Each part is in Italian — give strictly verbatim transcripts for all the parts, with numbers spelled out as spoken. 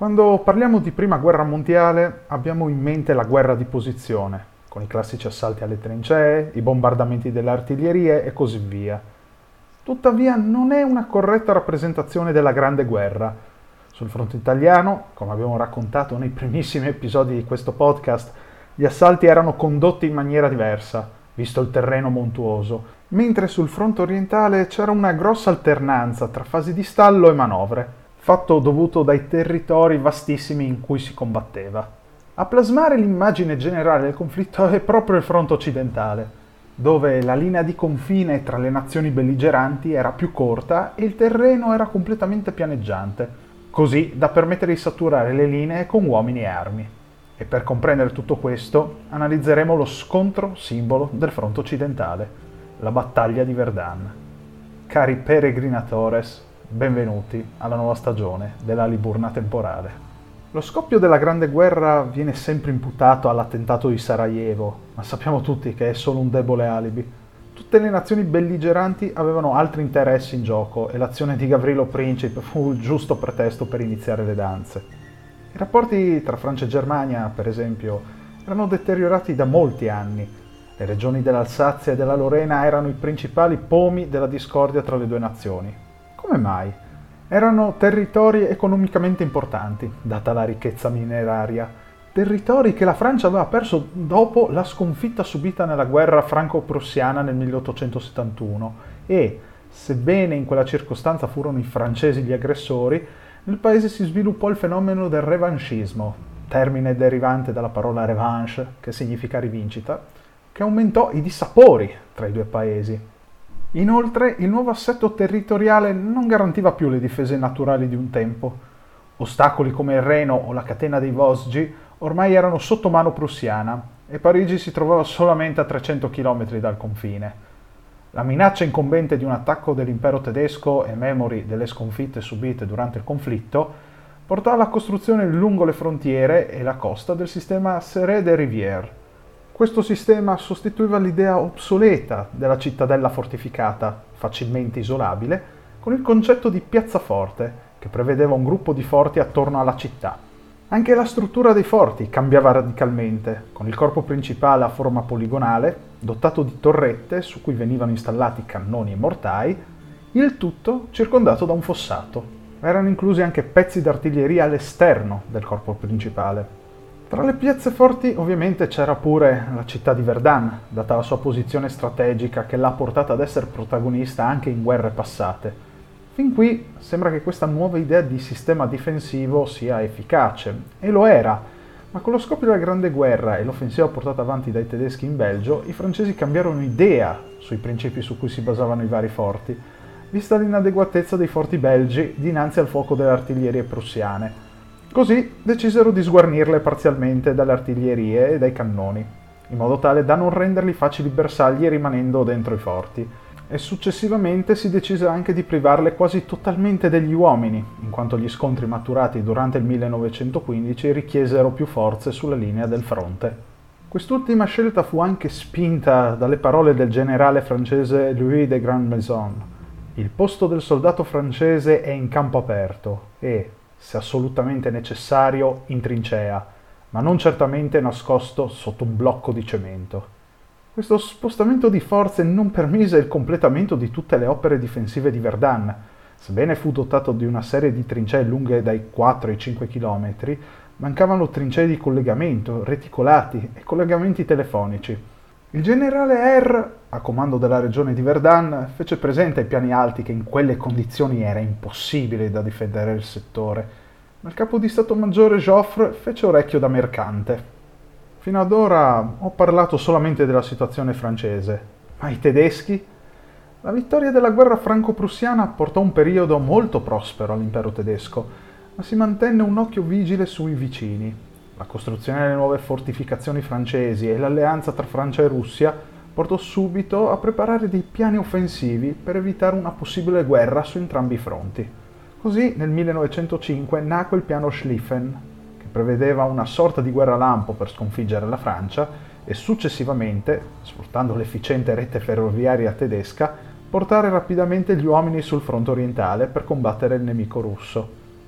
Quando parliamo di prima guerra mondiale abbiamo in mente la guerra di posizione, con i classici assalti alle trincee, i bombardamenti delle artiglierie e così via. Tuttavia non è una corretta rappresentazione della Grande Guerra. Sul fronte italiano, come abbiamo raccontato nei primissimi episodi di questo podcast, gli assalti erano condotti in maniera diversa, visto il terreno montuoso, mentre sul fronte orientale c'era una grossa alternanza tra fasi di stallo e manovre, fatto dovuto dai territori vastissimi in cui si combatteva. A plasmare l'immagine generale del conflitto è proprio il fronte occidentale, dove la linea di confine tra le nazioni belligeranti era più corta e il terreno era completamente pianeggiante, così da permettere di saturare le linee con uomini e armi. E per comprendere tutto questo analizzeremo lo scontro simbolo del fronte occidentale, la battaglia di Verdun. Cari peregrinatores, benvenuti alla nuova stagione della Liburna temporale. Lo scoppio della Grande Guerra viene sempre imputato all'attentato di Sarajevo, ma sappiamo tutti che è solo un debole alibi. Tutte le nazioni belligeranti avevano altri interessi in gioco e l'azione di Gavrilo Princip fu il giusto pretesto per iniziare le danze. I rapporti tra Francia e Germania, per esempio, erano deteriorati da molti anni. Le regioni dell'Alsazia e della Lorena erano i principali pomi della discordia tra le due nazioni. Come mai? Erano territori economicamente importanti, data la ricchezza mineraria. Territori che la Francia aveva perso dopo la sconfitta subita nella guerra franco-prussiana nel milleottocentosettantuno e, sebbene in quella circostanza furono i francesi gli aggressori, nel paese si sviluppò il fenomeno del revanchismo, termine derivante dalla parola revanche, che significa rivincita, che aumentò i dissapori tra i due paesi. Inoltre, il nuovo assetto territoriale non garantiva più le difese naturali di un tempo. Ostacoli come il Reno o la catena dei Vosgi ormai erano sotto mano prussiana e Parigi si trovava solamente a trecento chilometri dal confine. La minaccia incombente di un attacco dell'impero tedesco e memori delle sconfitte subite durante il conflitto portò alla costruzione lungo le frontiere e la costa del sistema Serré des Rivières. Questo sistema sostituiva l'idea obsoleta della cittadella fortificata, facilmente isolabile, con il concetto di piazzaforte, che prevedeva un gruppo di forti attorno alla città. Anche la struttura dei forti cambiava radicalmente, con il corpo principale a forma poligonale, dotato di torrette su cui venivano installati cannoni e mortai, il tutto circondato da un fossato. Erano inclusi anche pezzi d'artiglieria all'esterno del corpo principale. Tra le piazze forti ovviamente c'era pure la città di Verdun, data la sua posizione strategica che l'ha portata ad essere protagonista anche in guerre passate. Fin qui sembra che questa nuova idea di sistema difensivo sia efficace, e lo era, ma con lo scoppio della Grande Guerra e l'offensiva portata avanti dai tedeschi in Belgio, i francesi cambiarono idea sui principi su cui si basavano i vari forti, vista l'inadeguatezza dei forti belgi dinanzi al fuoco delle artiglierie prussiane. Così decisero di sguarnirle parzialmente dalle artiglierie e dai cannoni, in modo tale da non renderli facili bersagli rimanendo dentro i forti, e successivamente si decise anche di privarle quasi totalmente degli uomini, in quanto gli scontri maturati durante il millenovecentoquindici richiesero più forze sulla linea del fronte. Quest'ultima scelta fu anche spinta dalle parole del generale francese Louis de Grandmaison. Il posto del soldato francese è in campo aperto e, se assolutamente necessario, in trincea, ma non certamente nascosto sotto un blocco di cemento. Questo spostamento di forze non permise il completamento di tutte le opere difensive di Verdun. Sebbene fu dotato di una serie di trincee lunghe dai quattro ai cinque chilometri, mancavano trincee di collegamento, reticolati e collegamenti telefonici. Il generale R, a comando della regione di Verdun, fece presente ai piani alti che in quelle condizioni era impossibile da difendere il settore, ma il capo di Stato Maggiore Joffre fece orecchio da mercante. Fino ad ora ho parlato solamente della situazione francese, ma i tedeschi? La vittoria della guerra franco-prussiana portò un periodo molto prospero all'impero tedesco, ma si mantenne un occhio vigile sui vicini. La costruzione delle nuove fortificazioni francesi e l'alleanza tra Francia e Russia portò subito a preparare dei piani offensivi per evitare una possibile guerra su entrambi i fronti. Così nel millenovecentocinque nacque il piano Schlieffen, che prevedeva una sorta di guerra lampo per sconfiggere la Francia e successivamente, sfruttando l'efficiente rete ferroviaria tedesca, portare rapidamente gli uomini sul fronte orientale per combattere il nemico russo.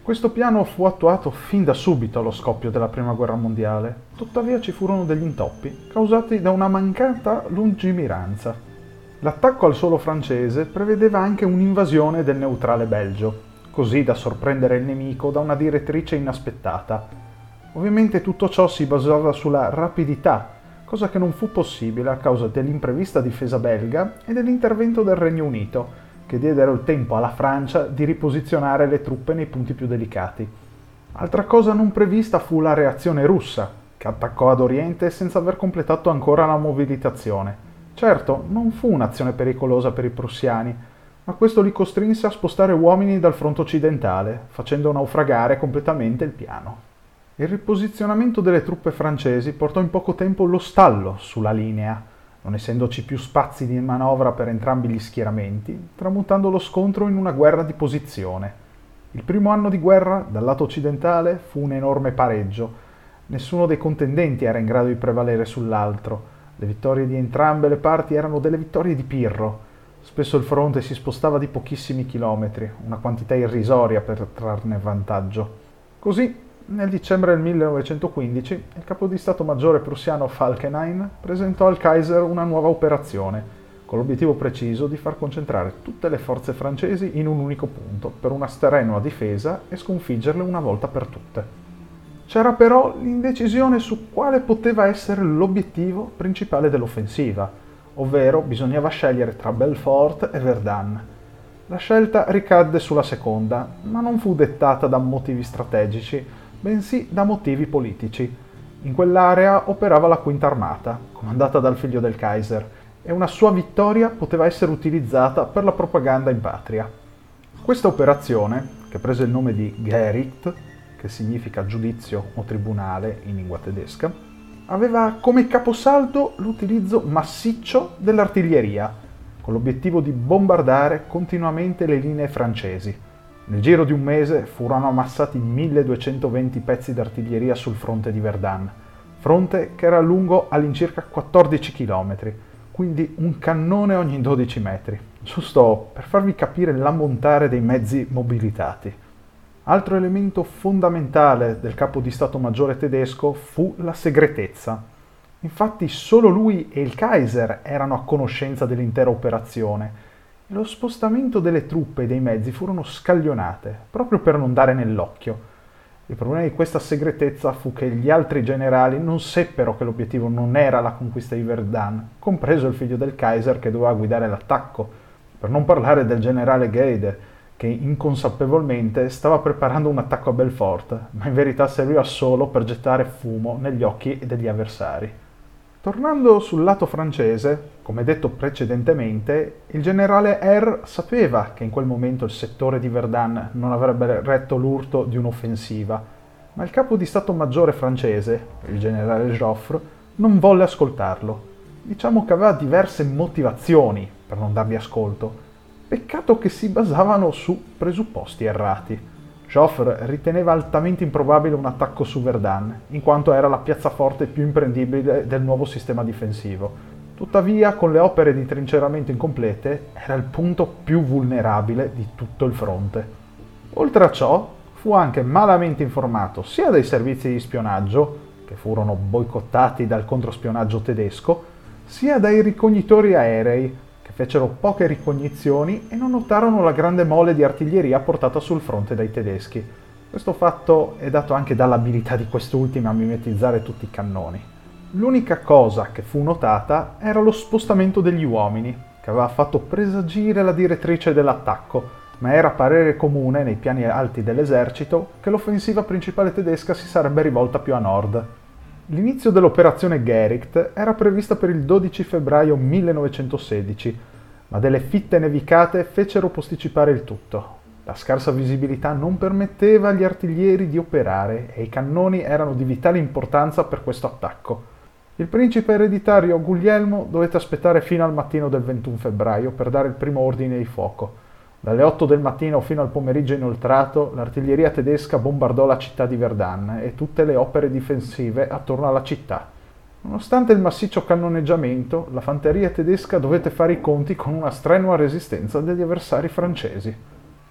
Questo piano fu attuato fin da subito allo scoppio della Prima Guerra Mondiale, tuttavia ci furono degli intoppi causati da una mancata lungimiranza. L'attacco al suolo francese prevedeva anche un'invasione del neutrale Belgio, così da sorprendere il nemico da una direttrice inaspettata. Ovviamente tutto ciò si basava sulla rapidità, cosa che non fu possibile a causa dell'imprevista difesa belga e dell'intervento del Regno Unito, che diedero il tempo alla Francia di riposizionare le truppe nei punti più delicati. Altra cosa non prevista fu la reazione russa, che attaccò ad Oriente senza aver completato ancora la mobilitazione. Certo, non fu un'azione pericolosa per i prussiani, ma questo li costrinse a spostare uomini dal fronte occidentale, facendo naufragare completamente il piano. Il riposizionamento delle truppe francesi portò in poco tempo lo stallo sulla linea, non essendoci più spazi di manovra per entrambi gli schieramenti, tramutando lo scontro in una guerra di posizione. Il primo anno di guerra, dal lato occidentale, fu un enorme pareggio. Nessuno dei contendenti era in grado di prevalere sull'altro. Le vittorie di entrambe le parti erano delle vittorie di Pirro. Spesso il fronte si spostava di pochissimi chilometri, una quantità irrisoria per trarne vantaggio. Così, nel dicembre del millenovecentoquindici, il capo di Stato Maggiore prussiano Falkenhayn presentò al Kaiser una nuova operazione, con l'obiettivo preciso di far concentrare tutte le forze francesi in un unico punto, per una strenua difesa e sconfiggerle una volta per tutte. C'era però l'indecisione su quale poteva essere l'obiettivo principale dell'offensiva, ovvero bisognava scegliere tra Belfort e Verdun. La scelta ricadde sulla seconda, ma non fu dettata da motivi strategici, bensì da motivi politici. In quell'area operava la Quinta Armata, comandata dal figlio del Kaiser, e una sua vittoria poteva essere utilizzata per la propaganda in patria. Questa operazione, che prese il nome di Gericht, che significa giudizio o tribunale in lingua tedesca, aveva come caposaldo l'utilizzo massiccio dell'artiglieria, con l'obiettivo di bombardare continuamente le linee francesi. Nel giro di un mese furono ammassati milleduecentoventi pezzi d'artiglieria sul fronte di Verdun, fronte che era lungo all'incirca quattordici chilometri, quindi un cannone ogni dodici metri, giusto per farvi capire l'ammontare dei mezzi mobilitati. Altro elemento fondamentale del capo di Stato Maggiore tedesco fu la segretezza. Infatti solo lui e il Kaiser erano a conoscenza dell'intera operazione, e lo spostamento delle truppe e dei mezzi furono scaglionate, proprio per non dare nell'occhio. Il problema di questa segretezza fu che gli altri generali non seppero che l'obiettivo non era la conquista di Verdun, compreso il figlio del Kaiser che doveva guidare l'attacco, per non parlare del generale Gade, che inconsapevolmente stava preparando un attacco a Belfort, ma in verità serviva solo per gettare fumo negli occhi degli avversari. Tornando sul lato francese, come detto precedentemente, il generale R sapeva che in quel momento il settore di Verdun non avrebbe retto l'urto di un'offensiva, ma il capo di Stato Maggiore francese, il generale Joffre, non volle ascoltarlo. Diciamo che aveva diverse motivazioni per non dargli ascolto. Peccato che si basavano su presupposti errati. Joffre riteneva altamente improbabile un attacco su Verdun, in quanto era la piazzaforte più imprendibile del nuovo sistema difensivo. Tuttavia, con le opere di trinceramento incomplete, era il punto più vulnerabile di tutto il fronte. Oltre a ciò, fu anche malamente informato sia dai servizi di spionaggio, che furono boicottati dal controspionaggio tedesco, sia dai ricognitori aerei, fecero poche ricognizioni e non notarono la grande mole di artiglieria portata sul fronte dai tedeschi. Questo fatto è dato anche dall'abilità di quest'ultimi a mimetizzare tutti i cannoni. L'unica cosa che fu notata era lo spostamento degli uomini, che aveva fatto presagire la direttrice dell'attacco, ma era parere comune nei piani alti dell'esercito che l'offensiva principale tedesca si sarebbe rivolta più a nord. L'inizio dell'operazione Gericht era prevista per il dodici febbraio millenovecentosedici, ma delle fitte nevicate fecero posticipare il tutto. La scarsa visibilità non permetteva agli artiglieri di operare e i cannoni erano di vitale importanza per questo attacco. Il principe ereditario Guglielmo dovette aspettare fino al mattino del ventuno febbraio per dare il primo ordine di fuoco. Dalle otto del mattino fino al pomeriggio inoltrato, l'artiglieria tedesca bombardò la città di Verdun e tutte le opere difensive attorno alla città. Nonostante il massiccio cannoneggiamento, la fanteria tedesca dovette fare i conti con una strenua resistenza degli avversari francesi.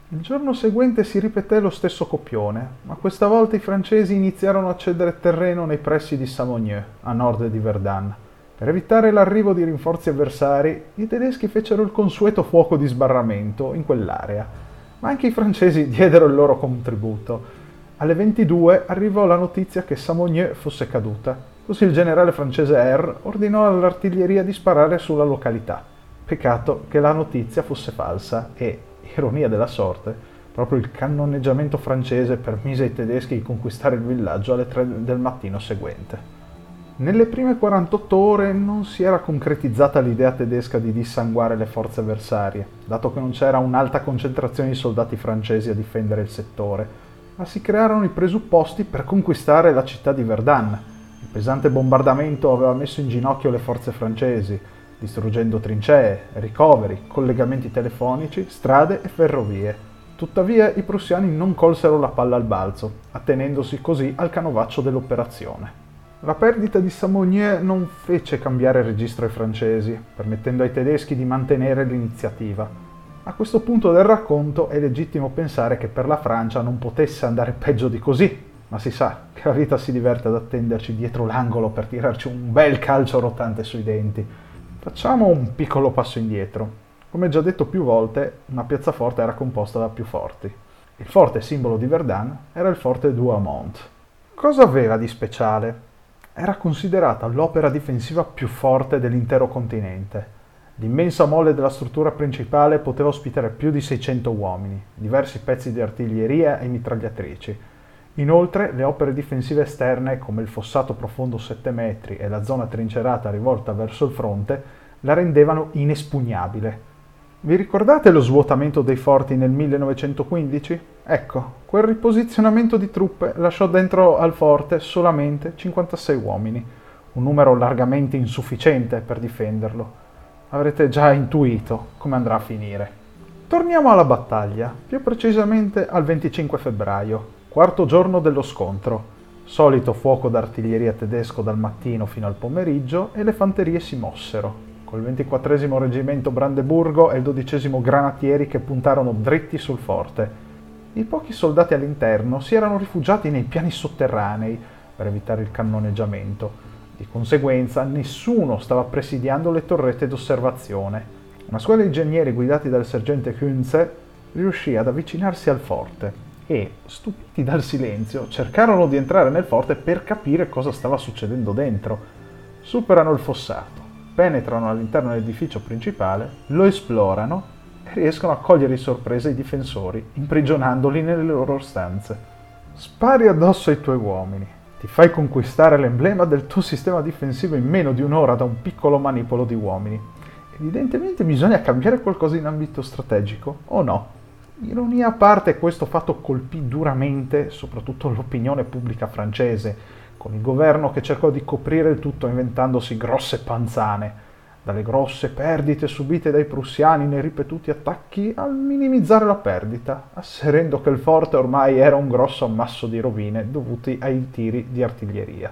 Il giorno seguente si ripeté lo stesso copione, ma questa volta i francesi iniziarono a cedere terreno nei pressi di Samogneux, a nord di Verdun. Per evitare l'arrivo di rinforzi avversari, i tedeschi fecero il consueto fuoco di sbarramento in quell'area, ma anche i francesi diedero il loro contributo. Alle ventidue arrivò la notizia che Samogneux fosse caduta, così il generale francese R ordinò all'artiglieria di sparare sulla località. Peccato che la notizia fosse falsa e, ironia della sorte, proprio il cannoneggiamento francese permise ai tedeschi di conquistare il villaggio alle tre del mattino seguente. Nelle prime quarantotto ore non si era concretizzata l'idea tedesca di dissanguare le forze avversarie, dato che non c'era un'alta concentrazione di soldati francesi a difendere il settore, ma si crearono i presupposti per conquistare la città di Verdun. Il pesante bombardamento aveva messo in ginocchio le forze francesi, distruggendo trincee, ricoveri, collegamenti telefonici, strade e ferrovie. Tuttavia i prussiani non colsero la palla al balzo, attenendosi così al canovaccio dell'operazione. La perdita di Samogneux non fece cambiare registro ai francesi, permettendo ai tedeschi di mantenere l'iniziativa. A questo punto del racconto è legittimo pensare che per la Francia non potesse andare peggio di così, ma si sa che la vita si diverte ad attenderci dietro l'angolo per tirarci un bel calcio rotante sui denti. Facciamo un piccolo passo indietro. Come già detto più volte, una piazzaforte era composta da più forti. Il forte simbolo di Verdun era il forte Douaumont. Cosa aveva di speciale? Era considerata l'opera difensiva più forte dell'intero continente. L'immensa mole della struttura principale poteva ospitare più di seicento uomini, diversi pezzi di artiglieria e mitragliatrici. Inoltre, le opere difensive esterne, come il fossato profondo sette metri e la zona trincerata rivolta verso il fronte, la rendevano inespugnabile. Vi ricordate lo svuotamento dei forti nel millenovecentoquindici? Ecco, quel riposizionamento di truppe lasciò dentro al forte solamente cinquantasei uomini, un numero largamente insufficiente per difenderlo. Avrete già intuito come andrà a finire. Torniamo alla battaglia, più precisamente al venticinque febbraio, quarto giorno dello scontro. Solito fuoco d'artiglieria tedesco dal mattino fino al pomeriggio e le fanterie si mossero, col ventiquattresimo reggimento Brandeburgo e il dodicesimo Granatieri che puntarono dritti sul forte. I pochi soldati all'interno si erano rifugiati nei piani sotterranei per evitare il cannoneggiamento. Di conseguenza nessuno stava presidiando le torrette d'osservazione. Una squadra di ingegneri guidati dal sergente Kunze riuscì ad avvicinarsi al forte e, stupiti dal silenzio, cercarono di entrare nel forte per capire cosa stava succedendo dentro. Superano il fossato, penetrano all'interno dell'edificio principale, lo esplorano e riescono a cogliere di sorpresa i difensori, imprigionandoli nelle loro stanze. Spari addosso ai tuoi uomini. Ti fai conquistare l'emblema del tuo sistema difensivo in meno di un'ora da un piccolo manipolo di uomini. Evidentemente bisogna cambiare qualcosa in ambito strategico, o no? Ironia a parte, questo fatto colpì duramente soprattutto l'opinione pubblica francese, con il governo che cercò di coprire il tutto inventandosi grosse panzane, dalle grosse perdite subite dai prussiani nei ripetuti attacchi al minimizzare la perdita, asserendo che il forte ormai era un grosso ammasso di rovine dovuti ai tiri di artiglieria.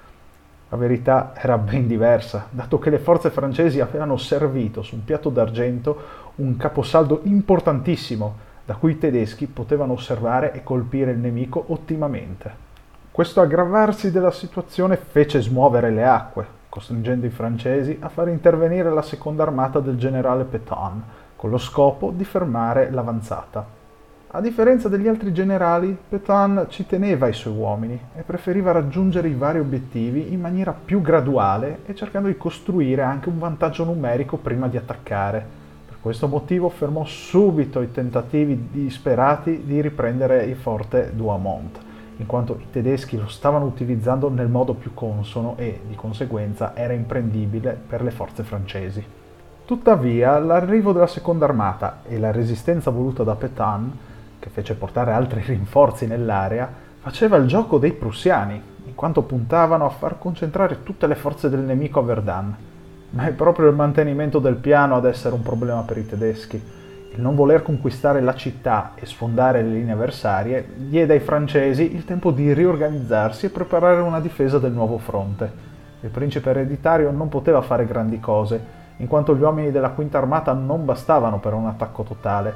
La verità era ben diversa, dato che le forze francesi avevano servito su un piatto d'argento un caposaldo importantissimo, da cui i tedeschi potevano osservare e colpire il nemico ottimamente. Questo aggravarsi della situazione fece smuovere le acque, costringendo i francesi a far intervenire la seconda armata del generale Pétain, con lo scopo di fermare l'avanzata. A differenza degli altri generali, Pétain ci teneva ai suoi uomini e preferiva raggiungere i vari obiettivi in maniera più graduale e cercando di costruire anche un vantaggio numerico prima di attaccare. Per questo motivo fermò subito i tentativi disperati di riprendere il forte Douaumont, in quanto i tedeschi lo stavano utilizzando nel modo più consono e, di conseguenza, era imprendibile per le forze francesi. Tuttavia, l'arrivo della seconda armata e la resistenza voluta da Pétain, che fece portare altri rinforzi nell'area, faceva il gioco dei prussiani, in quanto puntavano a far concentrare tutte le forze del nemico a Verdun. Ma è proprio il mantenimento del piano ad essere un problema per i tedeschi. Il non voler conquistare la città e sfondare le linee avversarie diede ai francesi il tempo di riorganizzarsi e preparare una difesa del nuovo fronte. Il principe ereditario non poteva fare grandi cose, in quanto gli uomini della quinta armata non bastavano per un attacco totale,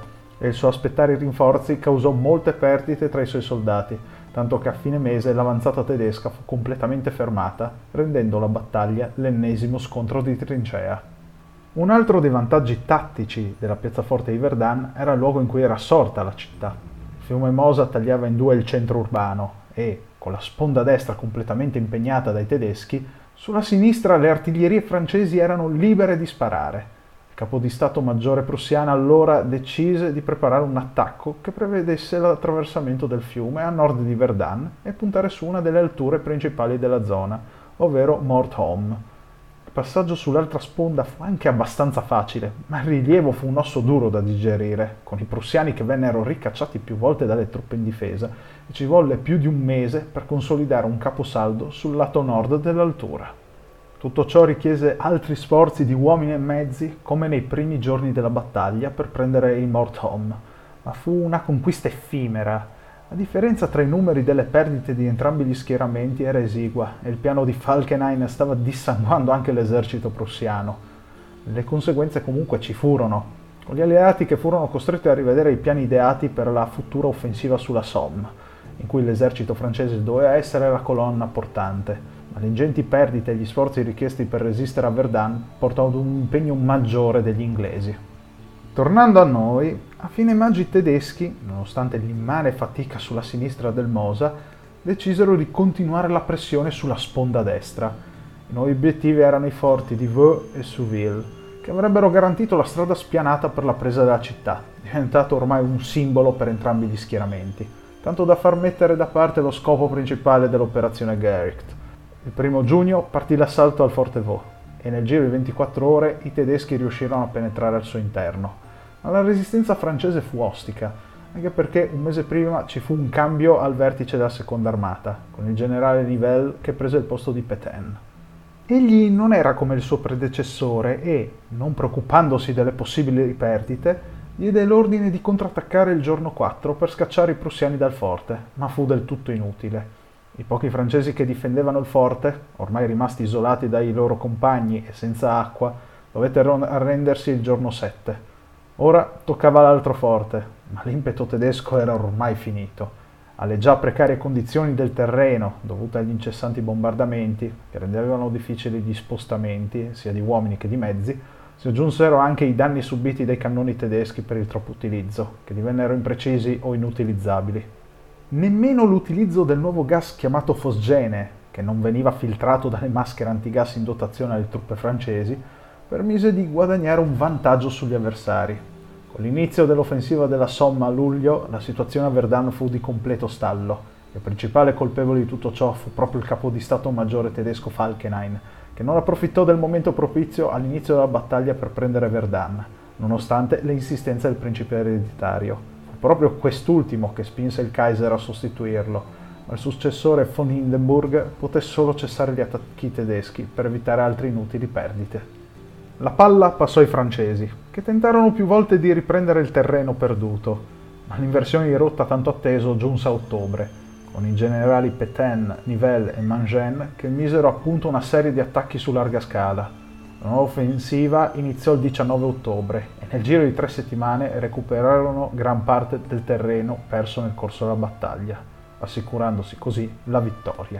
e il suo aspettare i rinforzi causò molte perdite tra i suoi soldati, tanto che a fine mese l'avanzata tedesca fu completamente fermata, rendendo la battaglia l'ennesimo scontro di trincea. Un altro dei vantaggi tattici della piazzaforte di Verdun era il luogo in cui era sorta la città. Il fiume Mosa tagliava in due il centro urbano e, con la sponda destra completamente impegnata dai tedeschi, sulla sinistra le artiglierie francesi erano libere di sparare. Il capo di Stato Maggiore prussiano allora decise di preparare un attacco che prevedesse l'attraversamento del fiume a nord di Verdun e puntare su una delle alture principali della zona, ovvero Mortholm. Il passaggio sull'altra sponda fu anche abbastanza facile, ma il rilievo fu un osso duro da digerire, con i prussiani che vennero ricacciati più volte dalle truppe in difesa, e ci volle più di un mese per consolidare un caposaldo sul lato nord dell'altura. Tutto ciò richiese altri sforzi di uomini e mezzi, come nei primi giorni della battaglia, per prendere il Mortholm, ma fu una conquista effimera. La differenza tra i numeri delle perdite di entrambi gli schieramenti era esigua e il piano di Falkenhayn stava dissanguando anche l'esercito prussiano. Le conseguenze comunque ci furono, con gli alleati che furono costretti a rivedere i piani ideati per la futura offensiva sulla Somme, in cui l'esercito francese doveva essere la colonna portante. Ma le ingenti perdite e gli sforzi richiesti per resistere a Verdun portano ad un impegno maggiore degli inglesi. Tornando a noi, a fine maggio i tedeschi, nonostante l'immane fatica sulla sinistra del Mosa, decisero di continuare la pressione sulla sponda destra. I nuovi obiettivi erano i forti di Vaux e Souville, che avrebbero garantito la strada spianata per la presa della città, diventato ormai un simbolo per entrambi gli schieramenti, tanto da far mettere da parte lo scopo principale dell'operazione Gericht. Il primo giugno partì l'assalto al forte Vaux e nel giro di ventiquattro ore i tedeschi riuscirono a penetrare al suo interno. Ma la resistenza francese fu ostica, anche perché un mese prima ci fu un cambio al vertice della seconda armata, con il generale Nivelle che prese il posto di Pétain. Egli non era come il suo predecessore e, non preoccupandosi delle possibili perdite, diede l'ordine di contrattaccare il giorno quattro per scacciare i prussiani dal forte, ma fu del tutto inutile. I pochi francesi che difendevano il forte, ormai rimasti isolati dai loro compagni e senza acqua, dovettero arrendersi il giorno sette. Ora toccava l'altro forte, ma l'impeto tedesco era ormai finito. Alle già precarie condizioni del terreno, dovute agli incessanti bombardamenti, che rendevano difficili gli spostamenti, sia di uomini che di mezzi, si aggiunsero anche i danni subiti dai cannoni tedeschi per il troppo utilizzo, che divennero imprecisi o inutilizzabili. Nemmeno l'utilizzo del nuovo gas chiamato fosgene, che non veniva filtrato dalle maschere antigas in dotazione alle truppe francesi, permise di guadagnare un vantaggio sugli avversari. Con l'inizio dell'offensiva della Somme a luglio, la situazione a Verdun fu di completo stallo. Il principale colpevole di tutto ciò fu proprio il capo di Stato Maggiore tedesco Falkenhayn, che non approfittò del momento propizio all'inizio della battaglia per prendere Verdun, nonostante le insistenze del principe ereditario. Fu proprio quest'ultimo che spinse il Kaiser a sostituirlo, ma il successore von Hindenburg poté solo cessare gli attacchi tedeschi per evitare altre inutili perdite. La palla passò ai francesi, che tentarono più volte di riprendere il terreno perduto, ma l'inversione di rotta tanto atteso giunse a ottobre, con i generali Pétain, Nivelle e Mangin che misero a punto una serie di attacchi su larga scala. La nuova offensiva iniziò il diciannove ottobre e nel giro di tre settimane recuperarono gran parte del terreno perso nel corso della battaglia, assicurandosi così la vittoria.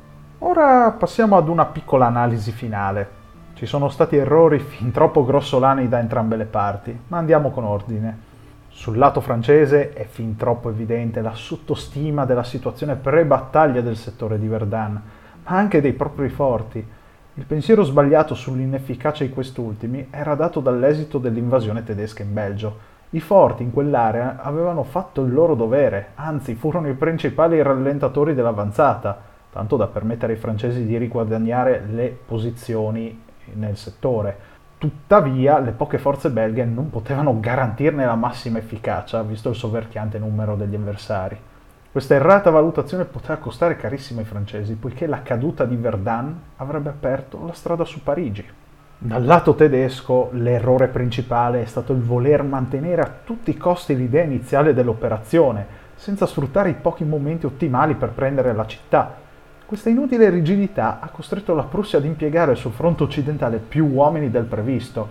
Ora passiamo ad una piccola analisi finale. Ci sono stati errori fin troppo grossolani da entrambe le parti, ma andiamo con ordine. Sul lato francese è fin troppo evidente la sottostima della situazione pre-battaglia del settore di Verdun, ma anche dei propri forti. Il pensiero sbagliato sull'inefficacia di quest'ultimi era dato dall'esito dell'invasione tedesca in Belgio. I forti in quell'area avevano fatto il loro dovere, anzi furono i principali rallentatori dell'avanzata, tanto da permettere ai francesi di riguadagnare le posizioni nel settore. Tuttavia, le poche forze belghe non potevano garantirne la massima efficacia, visto il soverchiante numero degli avversari. Questa errata valutazione poteva costare carissimo ai francesi, poiché la caduta di Verdun avrebbe aperto la strada su Parigi. Dal lato tedesco, l'errore principale è stato il voler mantenere a tutti i costi l'idea iniziale dell'operazione, senza sfruttare i pochi momenti ottimali per prendere la città. Questa inutile rigidità ha costretto la Prussia ad impiegare sul fronte occidentale più uomini del previsto.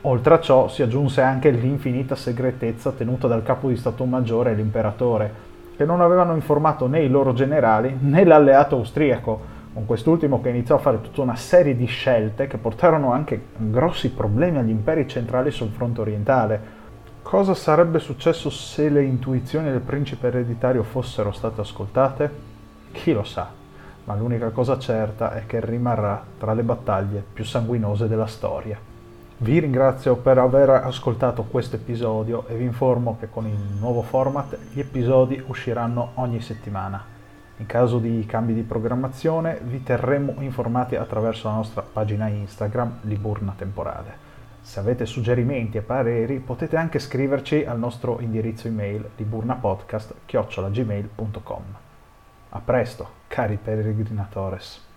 Oltre a ciò si aggiunse anche l'infinita segretezza tenuta dal capo di Stato Maggiore e l'imperatore, che non avevano informato né i loro generali né l'alleato austriaco, con quest'ultimo che iniziò a fare tutta una serie di scelte che portarono anche grossi problemi agli imperi centrali sul fronte orientale. Cosa sarebbe successo se le intuizioni del principe ereditario fossero state ascoltate? Chi lo sa, ma l'unica cosa certa è che rimarrà tra le battaglie più sanguinose della storia. Vi ringrazio per aver ascoltato questo episodio e vi informo che con il nuovo format gli episodi usciranno ogni settimana. In caso di cambi di programmazione vi terremo informati attraverso la nostra pagina Instagram Liburna Temporale. Se avete suggerimenti e pareri potete anche scriverci al nostro indirizzo email liburnapodcast chiocciola gmail punto com. A presto, cari peregrinatores!